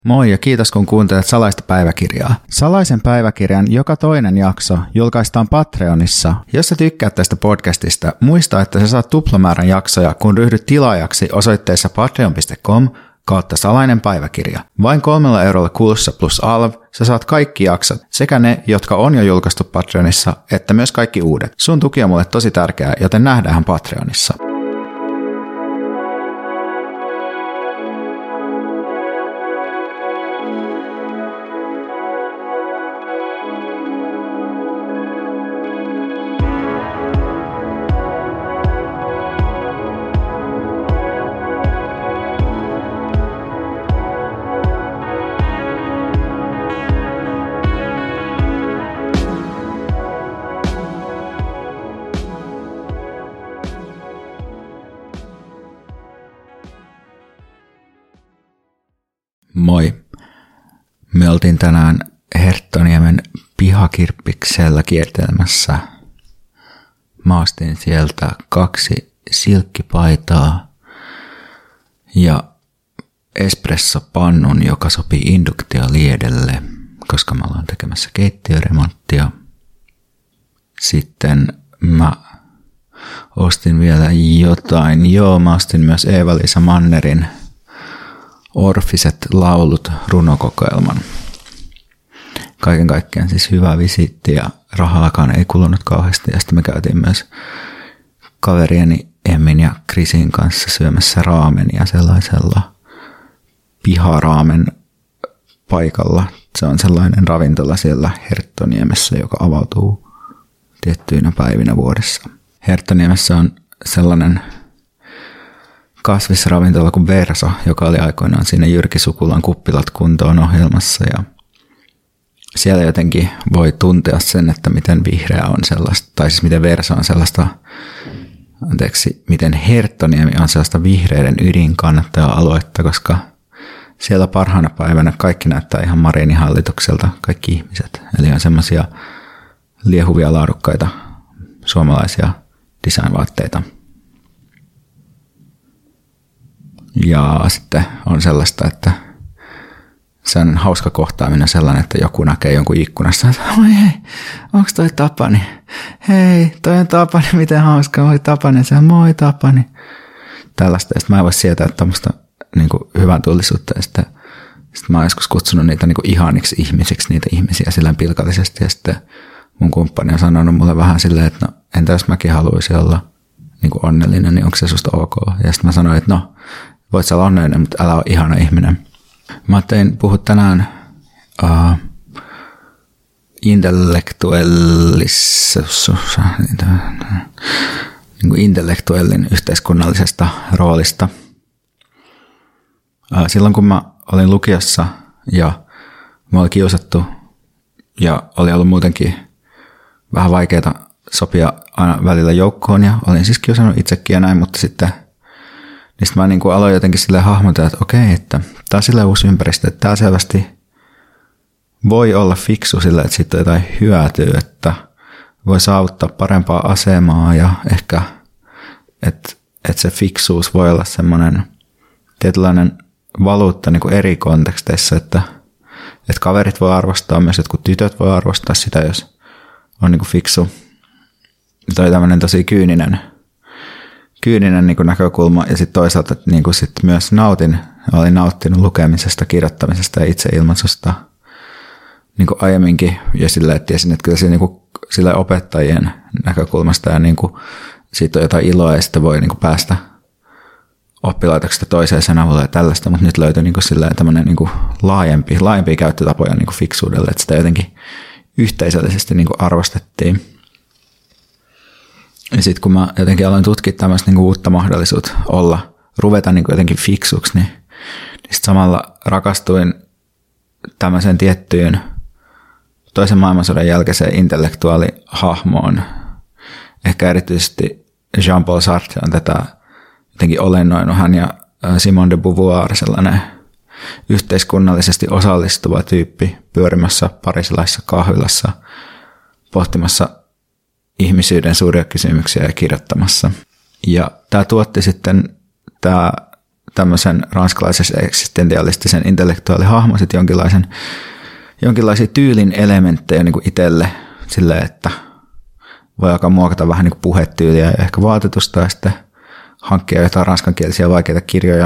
Moi ja kiitos kun kuuntelet Salaista päiväkirjaa. Salaisen päiväkirjan joka toinen jakso julkaistaan Patreonissa. Jos sä tykkäät tästä podcastista, muista, että sä saat tuplamäärän jaksoja, kun ryhdyt tilaajaksi osoitteessa patreon.com/salainen päiväkirja. Vain 3 eurolla kuussa plus alv sä saat kaikki jaksot, sekä ne, jotka on jo julkaistu Patreonissa, että myös kaikki uudet. Sun tuki on mulle tosi tärkeää, joten nähdään Patreonissa. Moi. Me oltiin tänään Herttoniemen pihakirppiksellä kiertelemässä. Mä ostin sieltä 2 silkkipaitaa ja espressopannun, joka sopii induktioliedelle, koska me ollaan tekemässä keittiöremonttia. Sitten mä ostin vielä jotain. Mä ostin myös Eeva-Liisa Mannerin Orfiset laulut runokokoelman. Kaiken kaikkiaan siis hyvä visiitti ja rahaakaan ei kulunut kauheasti. Ja sitten me käytiin myös kaverieni Emmin ja Krisin kanssa syömässä raamenia sellaisella piharaamen paikalla. Se on sellainen ravintola siellä Herttoniemessä, joka avautuu tiettyinä päivinä vuodessa. Herttoniemessä on sellainen kasvisravintola kuin Verso, joka oli aikoinaan siinä Jyrki Sukulan Kuppilat kuntoon -ohjelmassa, ja siellä jotenkin voi tuntea sen, että miten vihreä on sellaista, tai siis miten Verso on sellaista, miten Herttoniemi on sellaista vihreiden ydinkannattaja-aluetta, koska siellä parhaana päivänä kaikki näyttää ihan Marinin hallitukselta, kaikki ihmiset, eli on semmoisia liehuvia, laadukkaita suomalaisia designvaatteita. Ja sitten on sellaista, että se on hauska kohtaaminen sellainen, että joku näkee jonkun ikkunassa, että oi hei, onko toi Tapani? Hei, toi on Tapani, miten hauska, oi Tapani, se on moi Tapani. Tällaista, ja sitten mä en voi sietää tämmöistä niin hyvän tullisuutta, ja sitten mä oon joskus kutsunut niitä niin ihaniksi ihmisiksi, niitä ihmisiä sillä pilkallisesti, ja sitten mun kumppani on sanonut mulle vähän silleen, että no, entä jos mäkin haluaisin olla niin onnellinen, niin onko se susta ok? Ja sitten mä sanoin, että no, voit sä olla onnellinen, mutta älä ole ihana ihminen. Mä ajattelin puhua tänään intellektuellin yhteiskunnallisesta roolista. Silloin kun mä olin lukiossa ja mä olin kiusattu ja oli ollut muutenkin vähän vaikeaa sopia aina välillä joukkoon ja olin siis kiusannut itsekin ja näin, mutta sitten mä niin kuin aloin jotenkin silleen hahmotella, että okei, että tää on silleen uusi ympäristö, että tää selvästi voi olla fiksu silleen, että siitä on jotain hyötyä, että voi saavuttaa parempaa asemaa ja ehkä, että se fiksuus voi olla semmoinen tietynlainen valuutta niin kuin eri konteksteissa, että kaverit voi arvostaa, myös jotkut tytöt voi arvostaa sitä, jos on niin kuin fiksu. Toi tämmöinen tosi kyyninen niin kuin näkökulma, ja sitten toisaalta niin kuin sit myös olin nauttinut lukemisesta, kirjoittamisesta ja itseilmaisusta niin kuin aiemminkin, ja sillä että tiesin, että kyllä se, niin kuin, sillä opettajien näkökulmasta ja niin kuin, siitä on jotain iloa, ja sitten voi niin kuin päästä oppilaitoksesta toiseen sen avulla ja tällaista, mutta nyt löytyi niin kuin silleen tämmöinen niin kuin laajempia käyttötapoja niin kuin fiksuudelle, että sitä jotenkin yhteisöllisesti niin kuin arvostettiin. Ja sitten kun mä jotenkin aloin tutkia tämmöistä niin kuin uutta mahdollisuutta ruveta niin kuin jotenkin fiksuksi, niin sitten samalla rakastuin tämmöiseen tiettyyn toisen maailmansodan jälkeiseen intellektuaalihahmoon. Ehkä erityisesti Jean-Paul Sartre on tätä jotenkin olennoinut, hän ja Simone de Beauvoir, sellainen yhteiskunnallisesti osallistuva tyyppi pyörimässä parisilaisessa kahvilassa pohtimassa ihmisyyden suuria kysymyksiä ja kirjoittamassa. Ja tämä tuotti sitten, tämä tämmöisen ranskalaisen eksistentialistisen intellektuaalihahmon sit jonkinlaisia tyylin elementtejä niin kuin itselle silleen, että voi alkaa muokata vähän niin kuin puhetyyliä ja ehkä vaatetusta ja sitten hankkia jotain ranskankielisiä vaikeita kirjoja.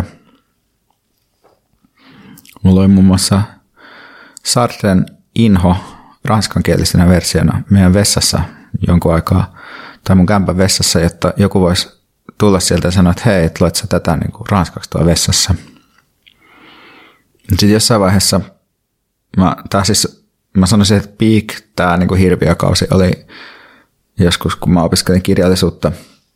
Mulla oli muun muassa Sartren Inho ranskankielisenä versiona meidän vessassa jonkun aikaa, tai mun kämpän vessassa, jotta joku voisi tulla sieltä ja sanoa, että hei, et luet sä tätä niin kuin ranskaksi tuolla vessassa. Sitten jossain vaiheessa, mä sanoisin, että peak, tämä niin kuin hirviökausi oli joskus, kun mä opiskelin kirjallisuutta,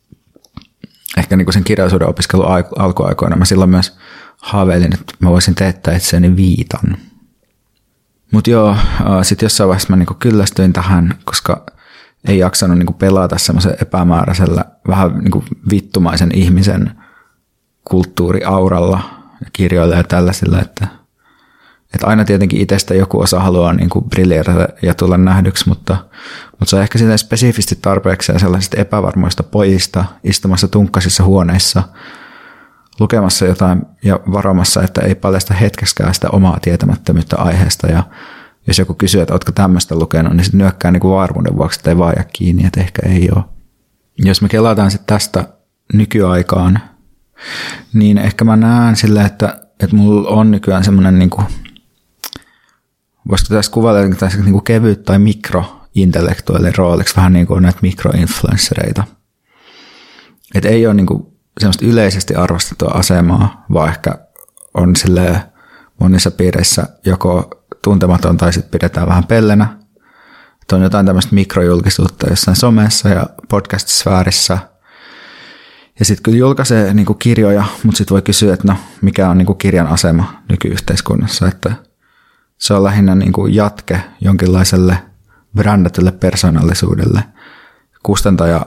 ehkä niin kuin sen kirjallisuuden opiskelun alkuaikoina. Mä silloin myös haaveilin, että mä voisin teettää itseäni viitan. Mutta joo, sitten jossain vaiheessa mä niin kuin kyllästyin tähän, koska ei jaksanut niin kuin pelata semmoisen epämääräisellä, vähän niin kuin vittumaisen ihmisen kulttuuriauralla ja kirjoilla ja tällaisilla, että aina tietenkin itsestä joku osa haluaa niin kuin briljeerata ja tulla nähdyksi, mutta se on ehkä silleen spesifisti tarpeeksi sellaisista epävarmoista pojista istumassa tunkkasissa huoneissa lukemassa jotain ja varomassa, että ei paljasta hetkeskään sitä omaa tietämättömyyttä aiheesta. Ja jos joku kysyy, että ootko tämmöistä lukenut, niin sitten nyökkää niin kuin varmuuden vuoksi, että ei vaan jää kiinni, että ehkä ei ole. Jos me kelataan sitten tästä nykyaikaan, niin ehkä mä näen silleen, että mulla on nykyään semmoinen, niin kuin, voisiko tässä kuvailla tässä niin kuin kevyt tai mikrointellektuaalinen rooliksi, vähän niin kuin näitä mikroinfluenssereita. Että ei ole niin kuin semmoista yleisesti arvostettua asemaa, vaan ehkä on silleen monissa piireissä joko tuntematon tai sitten pidetään vähän pellenä. Että on jotain tämmöistä mikrojulkisuutta jossain somessa ja podcast-sfäärissä. Ja sitten kyllä julkaisee niinku kirjoja, mutta sitten voi kysyä, että no, mikä on niinku kirjan asema nykyyhteiskunnassa. Että se on lähinnä niinku jatke jonkinlaiselle brändätylle persoonallisuudelle. Kustantaja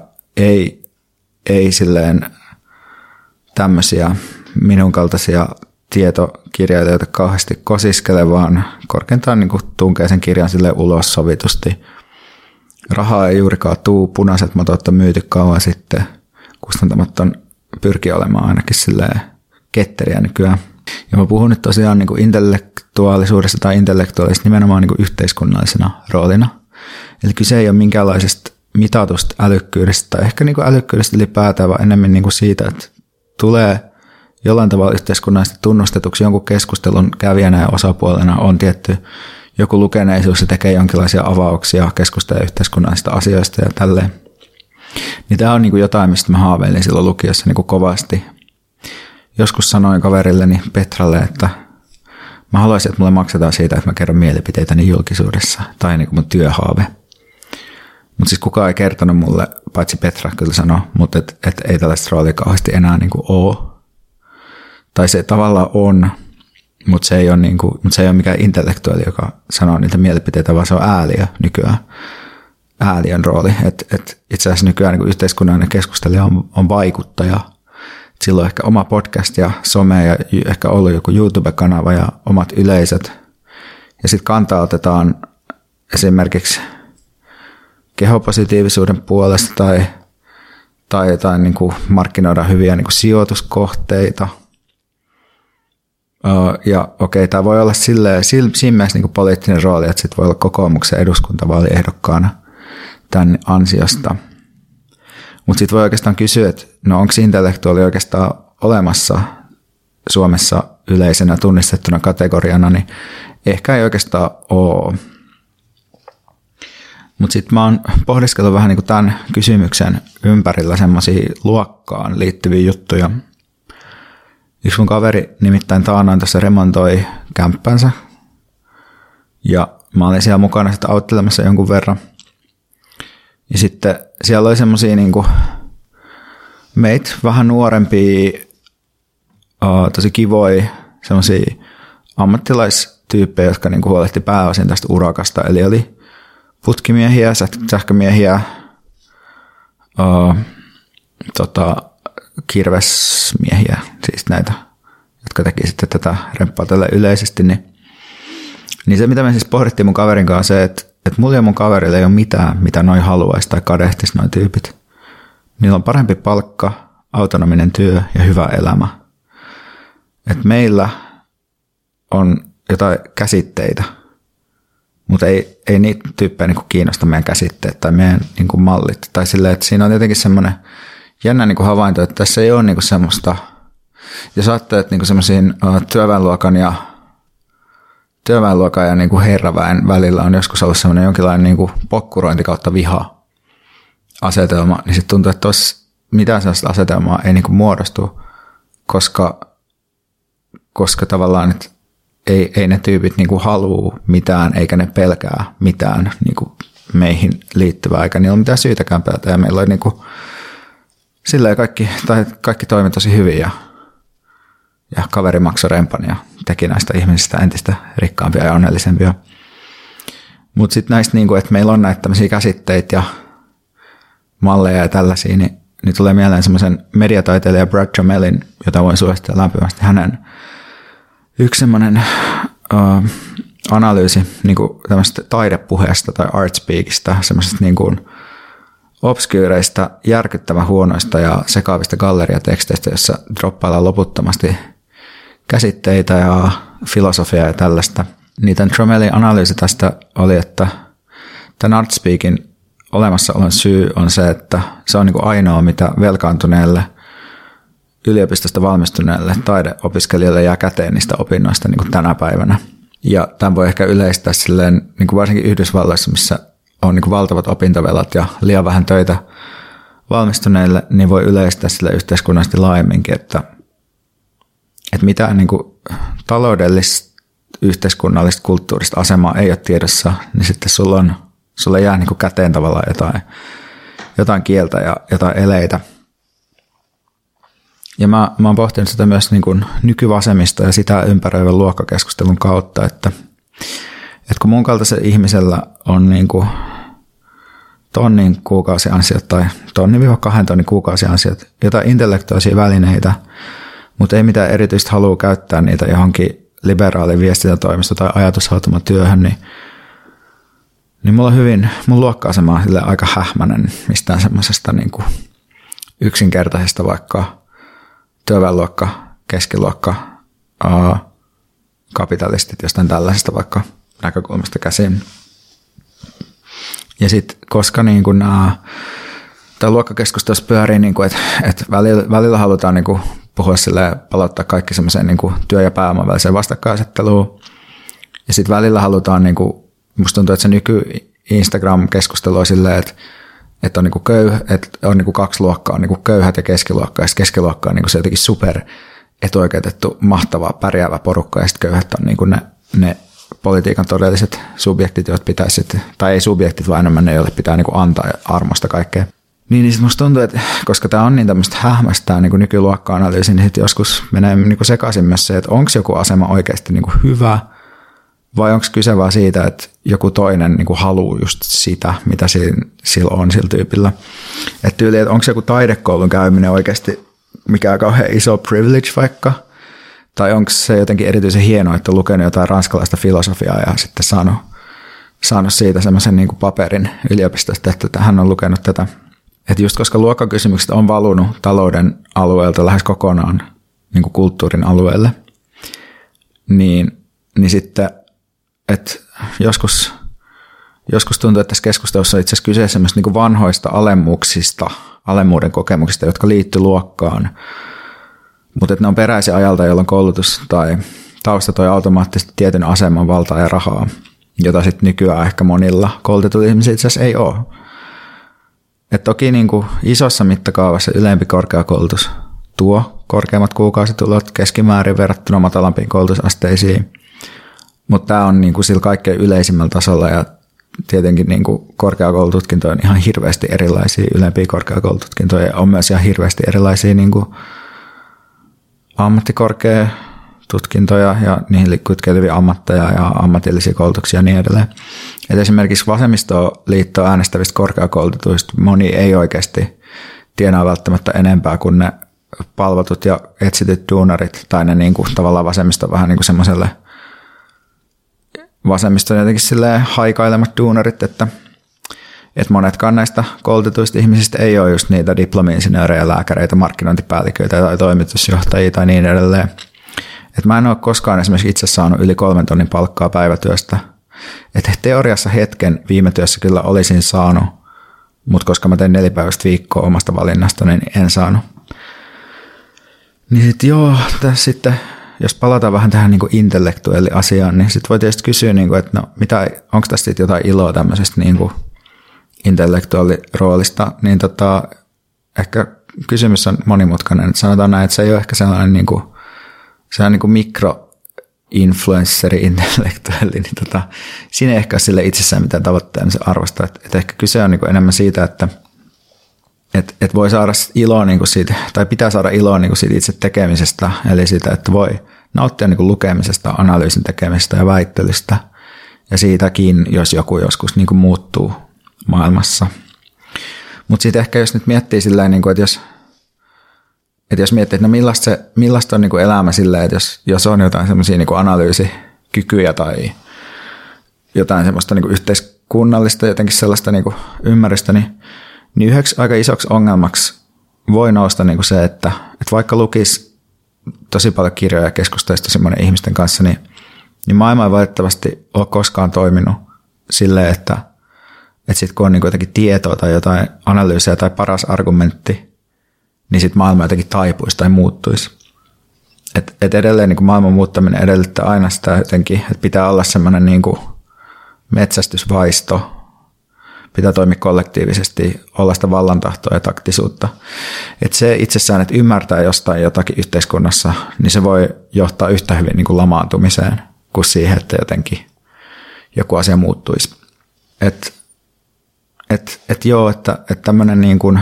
ei silleen tämmöisiä minun kaltaisia tietokirjailijoita kauheasti kosiskele, vaan korkeintaan niin tunkee sen kirjan silleen ulos sovitusti. Rahaa ei juurikaan tuu, punaiset matot on myyty kauan sitten. Kustantamat on pyrkii olemaan ainakin silleen ketteriä nykyään. Ja mä puhun nyt tosiaan niin kuin intellektuaalisuudesta tai intellektuaalista nimenomaan niin kuin yhteiskunnallisena roolina. Eli kyse ei ole minkäänlaisesta mitatusta älykkyydestä tai ehkä niin kuin älykkyydestä ylipäätään, vaan enemmän niin kuin siitä, että tulee jollain tavalla yhteiskunnallisesti tunnustetuksi jonkun keskustelun kävijänä ja osapuolena on tietty joku lukeneisuus ja tekee jonkinlaisia avauksia, keskustelee yhteiskunnallisista asioista ja tälleen. Niin tämä on niin kuin jotain, mistä mä haaveilin silloin lukiossa niin kuin kovasti. Joskus sanoin kaverilleni Petralle, että mä haluaisin, että mulle maksetaan siitä, että mä kerron mielipiteitäni julkisuudessa. Tai niin kuin mun työhaave. Mutta siis kukaan ei kertonut mulle, paitsi Petra kyllä sanoi, mutta et ei tällaista roolia kauheasti enää niin kuin ole. Tai se tavallaan on, mutta se ei ole, niin kuin, se ei ole mikään intellektuaali, joka sanoo niitä mielipiteitä, vaan se on ääliö nykyään. Ääliön rooli. Et itse asiassa nykyään niin yhteiskunnallinen keskustelija on vaikuttaja. Sillä on ehkä oma podcast ja some ja ehkä ollut joku YouTube-kanava ja omat yleisöt. Ja sitten kantaa otetaan esimerkiksi kehopositiivisuuden puolesta tai jotain niin kuin markkinoida hyviä niin kuin sijoituskohteita. Ja okei, tämä voi olla siinä mielessä niin kuin poliittinen rooli, että sitten voi olla kokoomuksen eduskuntavaaliehdokkaana tämän ansiosta. Mutta sitten voi oikeastaan kysyä, että no onko intellektuaali oikeastaan olemassa Suomessa yleisenä tunnistettuna kategoriana, niin ehkä ei oikeastaan ole. Mutta sitten mä oon pohdiskellut vähän niinku tämän kysymyksen ympärillä semmoisia luokkaan liittyviä juttuja. Yksi mun kaveri nimittäin taannoin tuossa remontoi kämppänsä. Ja mä olin siellä mukana sitten auttelemassa jonkun verran. Ja sitten siellä oli semmosia niinku meitä vähän nuorempia, tosi kivoja semmosia ammattilaistyyppejä, jotka niinku huolehti pääosin tästä urakasta. Eli oli putkimiehiä, sähkömiehiä, kirvesmiehiä, siis näitä, jotka teki sitten tätä remppaa tälle yleisesti. Niin se, mitä me siis pohdittiin mun kaverin kanssa, se, että mulla ja mun kaverilla ei ole mitään, mitä noi haluaisi tai kadehtisi noi tyypit. Niillä on parempi palkka, autonominen työ ja hyvä elämä. että meillä on jotain käsitteitä, mutta ei niitä tyyppejä niin kuin kiinnosta meidän käsitteet tai meidän niin kuin mallit. Tai silleen, että siinä on jotenkin semmoinen jännä niin kuin havainto, että tässä ei ole niin kuin semmoista, jos ajattelet niin kuin semmoisiin työväenluokan ja niin kuin herraväen välillä on joskus ollut semmoinen jonkinlainen niin kuin pokkurointi kautta viha-asetelma, niin sitten tuntuu, että tuossa mitään sellaista asetelmaa ei niin kuin muodostu, koska tavallaan, että ei ne tyypit niin kuin halua mitään, eikä ne pelkää mitään niin kuin meihin liittyvää, eikä niillä ole mitään syytäkään pelätä. Ja meillä oli niin kuin, silleen kaikki toimi tosi hyvin ja kaveri maksoi rempan ja teki näistä ihmisistä entistä rikkaampia ja onnellisempia. Mutta sitten näistä, niin kuin, että meillä on näitä tämmöisiä käsitteitä ja malleja ja tällaisia, niin tulee mieleen semmoisen mediataiteilija Brad Jomelin, jota voin suositella lämpimästi. Hänen yksi semmoinen analyysi niin kuin tämmöistä taidepuheesta tai artspeakista, semmoisesta niin kuin obskyyreistä, järkyttävän huonoista ja sekaavista galleriateksteistä, jossa droppaillaan loputtomasti käsitteitä ja filosofiaa ja tällaista. Niin tämän Jomelin analyysi tästä oli, että tämän artspeakin olemassaolon syy on se, että se on niin kuin ainoa, mitä velkaantuneelle yliopistosta valmistuneelle taideopiskelijalle jää käteen niistä opinnoista niin kuin tänä päivänä. Ja tämän voi ehkä yleistää silleen, niin kuin varsinkin Yhdysvalloissa, missä on niin kuin valtavat opintovelat ja liian vähän töitä valmistuneille, niin voi yleistää sille yhteiskunnallisesti laajemminkin, että mitään niin kuin taloudellista, yhteiskunnallista, kulttuurista asemaa ei ole tiedossa, niin sitten sulla jää niin kuin käteen tavallaan jotain kieltä ja jotain eleitä. Ja mä oon pohtinut sitä myös niin kuin nykyvasemmista ja sitä ympäröivän luokkakeskustelun kautta, että kun mun kaltaisella ihmisellä on niin kuin tonnin kuukausiansiot tai 1,000–2 tonnin kuukausiansiot, jotain intellektuaalisia välineitä, mutta ei mitään erityistä halua käyttää niitä johonkin liberaaliin viestintätoimisto tai ajatushautomatyöhön, niin mulla on mun luokka-asema on aika hähmäinen mistään semmoisesta niin kuin yksinkertaisesta vaikka työväenluokka, keskiluokka, kapitalistit, jostain tällaisesta vaikka näkökulmasta käsin. Ja sitten koska niin kuin tämä luokkakeskustelussa pyörii, niin kuin, että välillä halutaan niin kuin puhua silleen, palauttaa kaikki semmoiseen niin kuin työ- ja pääoman väliseen vastakkainasetteluun. Ja sitten välillä halutaan, niin kuin, musta tuntuu, että se nyky-Instagram-keskustelu on silleen, että on, on niin kuin 2 luokkaa, on niin kuin köyhät ja keskiluokka, ja sitten keskiluokka on niin kuin se jotenkin super etuoikeutettu, mahtava, pärjäävä porukka, ja sitten köyhät on niin kuin ne politiikan todelliset subjektit, joita pitäisi, tai ei subjektit, vaan enemmän ne, joille pitää niin kuin antaa armosta kaikkea. Niin sitten musta tuntuu, että koska tämä on niin tämmöistä hähmästä niin nykyluokka-analyysi, niin sitten joskus menee niin kuin sekaisin myös se, että onko joku asema oikeasti niin kuin hyvä, vai onko kyse vaan siitä, että joku toinen niin kuin haluaa just sitä, mitä sillä on sillä tyypillä. Että tyyli, että onko joku taidekoulun käyminen oikeasti mikään kauhean iso privilege vaikka, tai onko se jotenkin erityisen hienoa, että on lukenut jotain ranskalaista filosofiaa ja sitten saanut siitä semmoisen niin kuin paperin yliopistosta, että hän on lukenut tätä. Että just koska luokkakysymykset on valunut talouden alueelta lähes kokonaan niin kuin kulttuurin alueelle, niin sitten, että joskus tuntuu, että tässä keskustelussa on itse asiassa kyse semmoista niin kuin vanhoista alemmuuksista, alemmuuden kokemuksista, jotka liittyy luokkaan, mutta että ne on peräisin ajalta, jolloin koulutus tai tausta toi automaattisesti tietyn aseman, valtaa ja rahaa, jota sitten nykyään ehkä monilla koulutetuilla ihmisillä itse asiassa ei ole. Et toki niin kuin isossa mittakaavassa ylempi korkeakoulutus tuo korkeammat kuukausitulot keskimäärin verrattuna matalampiin koulutusasteisiin, mutta tämä on niin kuin sillä kaikkein yleisimmällä tasolla ja tietenkin niin kuin korkeakoulututkintoja on ihan hirveästi erilaisia, ylempiä korkeakoulututkintoja on myös ihan hirveästi erilaisia niin kuin ammattikorkeatutkintoja ja niihin kytkeytyviä ammatteja ja ammatillisia koulutuksia ja niin edelleen. Et esimerkiksi vasemmistoliittoa äänestävistä korkeakoulutetuista moni ei oikeasti tienaa välttämättä enempää kuin ne palvotut ja etsityt duunarit tai ne niin kuin, tavallaan vasemmisto vähän niin kuin semmoiselle vasemmiston jotenkin silleen haikailemat duunarit, että monetkaan näistä koulutetuista ihmisistä ei ole just niitä diplomi-insinöörejä, lääkäreitä, markkinointipäälliköitä tai toimitusjohtajia tai niin edelleen. Että mä en ole koskaan esimerkiksi itse saanut yli 3 tonnin palkkaa päivätyöstä. Että teoriassa hetken viime työssä kyllä olisin saanut, mutta koska mä tein 4-päiväistä viikkoa omasta valinnasta, niin en saanut. Niin sitten tässä sitten, jos palataan vähän tähän niinku intellektuelli-asiaan, niin sitten voi tietysti kysyä, niinku, että no, onko tässä sitten jotain iloa tämmöisestä niinku intellektuaaliroolista, niin ehkä kysymys on monimutkainen. Että sanotaan näin, että se ei ole ehkä sellainen niinku mikroinfluensseri intellektuelli, niin siinä ei ehkä ole sille itsessään mitään tavoitteena se arvostaa. Että ehkä kyse on niinku enemmän siitä, että voi saada iloa niinku siitä, tai pitää saada iloa niinku siitä itse tekemisestä, eli siitä, että voi nauttia niinku lukemisesta, analyysin tekemisestä ja väittelystä, ja siitäkin, jos joku joskus niinku muuttuu maailmassa. Mutta sitten ehkä jos nyt miettii sillä tavalla, että jos miettii, että no millaista on niinku elämä sillä, että jos on jotain semmoisia niinku analyysikykyjä tai jotain semmoista niinku yhteiskunnallista jotenkin sellaista niinku ymmärrystä, niin yhdeksi aika isoksi ongelmaksi voi nousta niinku se, että vaikka lukisi tosi paljon kirjoja ja keskustelisi tosi monen ihmisten kanssa, niin maailma ei valitettavasti ole koskaan toiminut silleen, että sitten kun on niinku jotenkin tietoa tai jotain analyysiä tai paras argumentti, niin sitten maailma jotenkin taipuisi tai muuttuisi. Et edelleen niinku maailman muuttaminen edellyttää aina sitä jotenkin, että pitää olla semmoinen niinku metsästysvaisto, pitää toimia kollektiivisesti, olla sitä vallantahtoa ja taktisuutta. Että se itsessään, että ymmärtää jostain jotakin yhteiskunnassa, niin se voi johtaa yhtä hyvin niin kuin lamaantumiseen kuin siihen, että jotenkin joku asia muuttuisi. Että tämmöinen niin kuin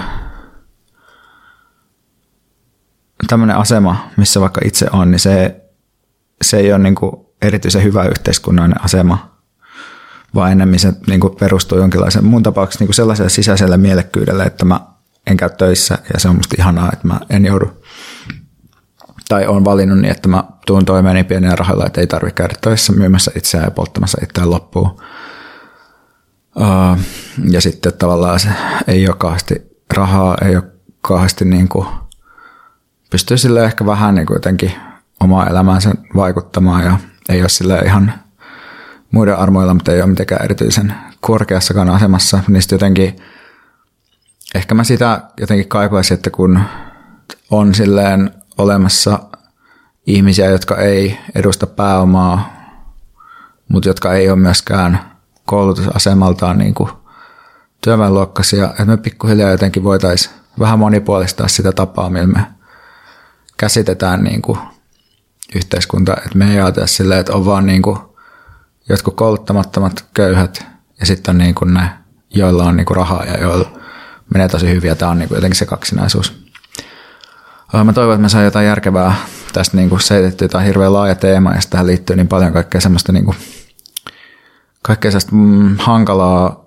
tämmöinen asema, missä vaikka itse on, niin se ei ole niin kuin erityisen hyvä yhteiskunnallinen asema, vaan enemmän se niin kuin perustuu jonkinlaisen mun tapauksessa niin sellaiselle sisäiselle mielekkyydelle, että mä en käy töissä ja se on musta ihanaa, että mä en joudu tai olen valinnut niin, että mä tuun toimeen niin pienillä rahoilla, että ei tarvitse käydä töissä myymässä itseään ja polttamassa itseään loppuun. Ja sitten tavallaan se ei ole kauheasti rahaa, ei ole kauheasti niin kuin, pystyy sille ehkä vähän niin kuin jotenkin omaa elämäänsä vaikuttamaan ja ei ole sille ihan muiden armoilla, mutta ei ole mitenkään erityisen korkeassakaan asemassa. Niistä jotenkin, ehkä mä sitä jotenkin kaipaisin, että kun on silleen olemassa ihmisiä, jotka ei edusta pääomaa, mutta jotka ei ole myöskään koulutusasemaltaan niin kuin työväenluokkaisia, että me pikkuhiljaa jotenkin voitaisiin vähän monipuolistaa sitä tapaa, millä me käsitetään niin kuin yhteiskunta, että me ei ajatella silleen, että on vaan niin kuin jotkut kouluttamattomat köyhät ja sitten on niin kuin ne, joilla on niin kuin rahaa ja joilla menee tosi hyvin ja tämä on niin kuin jotenkin se kaksinaisuus. Mä toivon, että mä saan jotain järkevää tästä niin kuin selitettyä. Tämä on hirveän laaja teema ja tähän liittyy niin paljon kaikkea semmoista, niin kuin, kaikkea semmoista hankalaa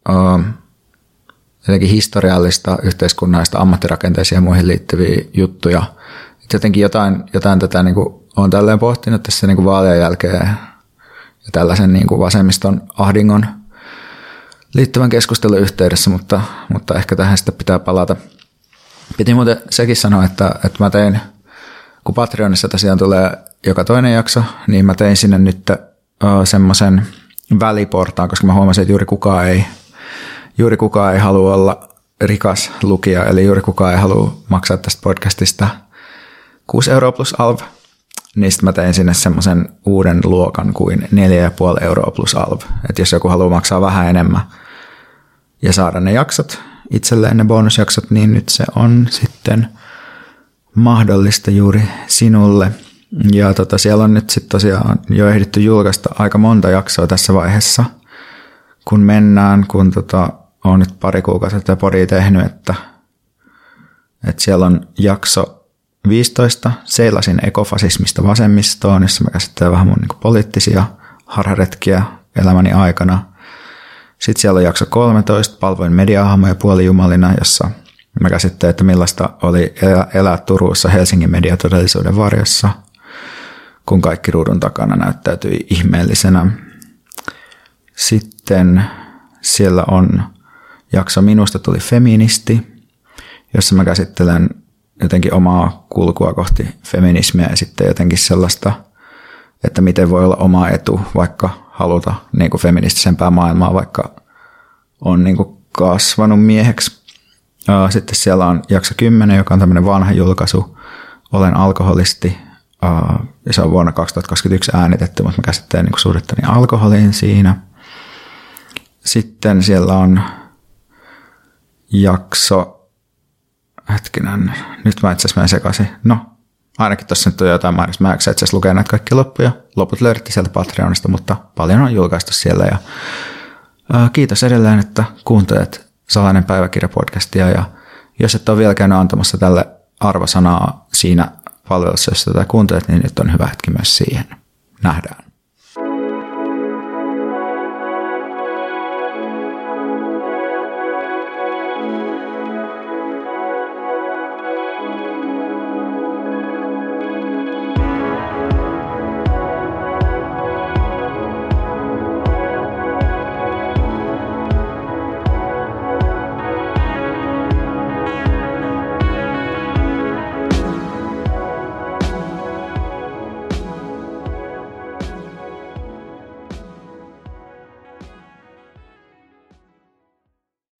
jotenkin historiallista, yhteiskunnallista, ammattirakenteisiin ja muihin liittyviä juttuja. Et jotenkin jotain tätä niin kuin, olen tälleen pohtinut tässä niin kuin vaalien jälkeen ja tällaisen niin kuin vasemmiston ahdingon liittyvän keskustelun yhteydessä, mutta ehkä tähän sitten pitää palata. Piti muuten sekin sanoa, että mä tein, kun Patreonissa tosiaan tulee joka toinen jakso, niin mä tein sinne nyt semmoisen väliportaan, koska mä huomasin, että juuri kukaan ei halua olla rikas lukija, eli juuri kukaan ei halua maksaa tästä podcastista 6 € plus alv. Niin sitten mä tein sinne semmoisen uuden luokan kuin 4,5 € plus alv. Että jos joku haluaa maksaa vähän enemmän ja saada ne jaksot itselleen, ne bonusjaksot, niin nyt se on sitten mahdollista juuri sinulle. Ja siellä on nyt sitten tosiaan jo ehditty julkaista aika monta jaksoa tässä vaiheessa, kun mennään, kun on nyt pari kuukautta tätä podia tehnyt, että siellä on jakso 15, seilasin ekofasismista vasemmistoon, jossa mä käsittelen vähän mun niin poliittisia harharetkiä elämäni aikana. Sitten siellä on jakso 13, palvoin mediahahmoja puolijumalina, jossa mä käsittelen, että millaista oli elää Turussa Helsingin mediatodellisuuden varjossa, kun kaikki ruudun takana näyttäytyi ihmeellisenä. Sitten siellä on jakso Minusta tuli feministi, jossa mä käsittelen jotenkin omaa kulkua kohti feminismiä ja sitten jotenkin sellaista, että miten voi olla oma etu, vaikka haluta niin kuin feministisempää maailmaa, vaikka on niin kuin kasvanut mieheksi. Sitten siellä on jakso 10, joka on tämmöinen vanha julkaisu, Olen alkoholisti. Ja se on vuonna 2021 äänitetty, mutta mä käsittelen niin suhdettani alkoholiin siinä. Sitten siellä on jakso, nyt mä itse asiassa menen sekaisin. No, ainakin tuossa nyt on jotain mainos. Mä en itse asiassa lukea näitä kaikki loppuja. Loput löydettiin sieltä Patreonista, mutta paljon on julkaistu siellä. Ja kiitos edelleen, että kuuntelet Salainen päiväkirja-podcastia. Ja jos et ole vielä käynyt antamassa tälle arvosanaa siinä palvelussa, jos tätä kuuntelet, niin nyt on hyvä hetki myös siihen. Nähdään.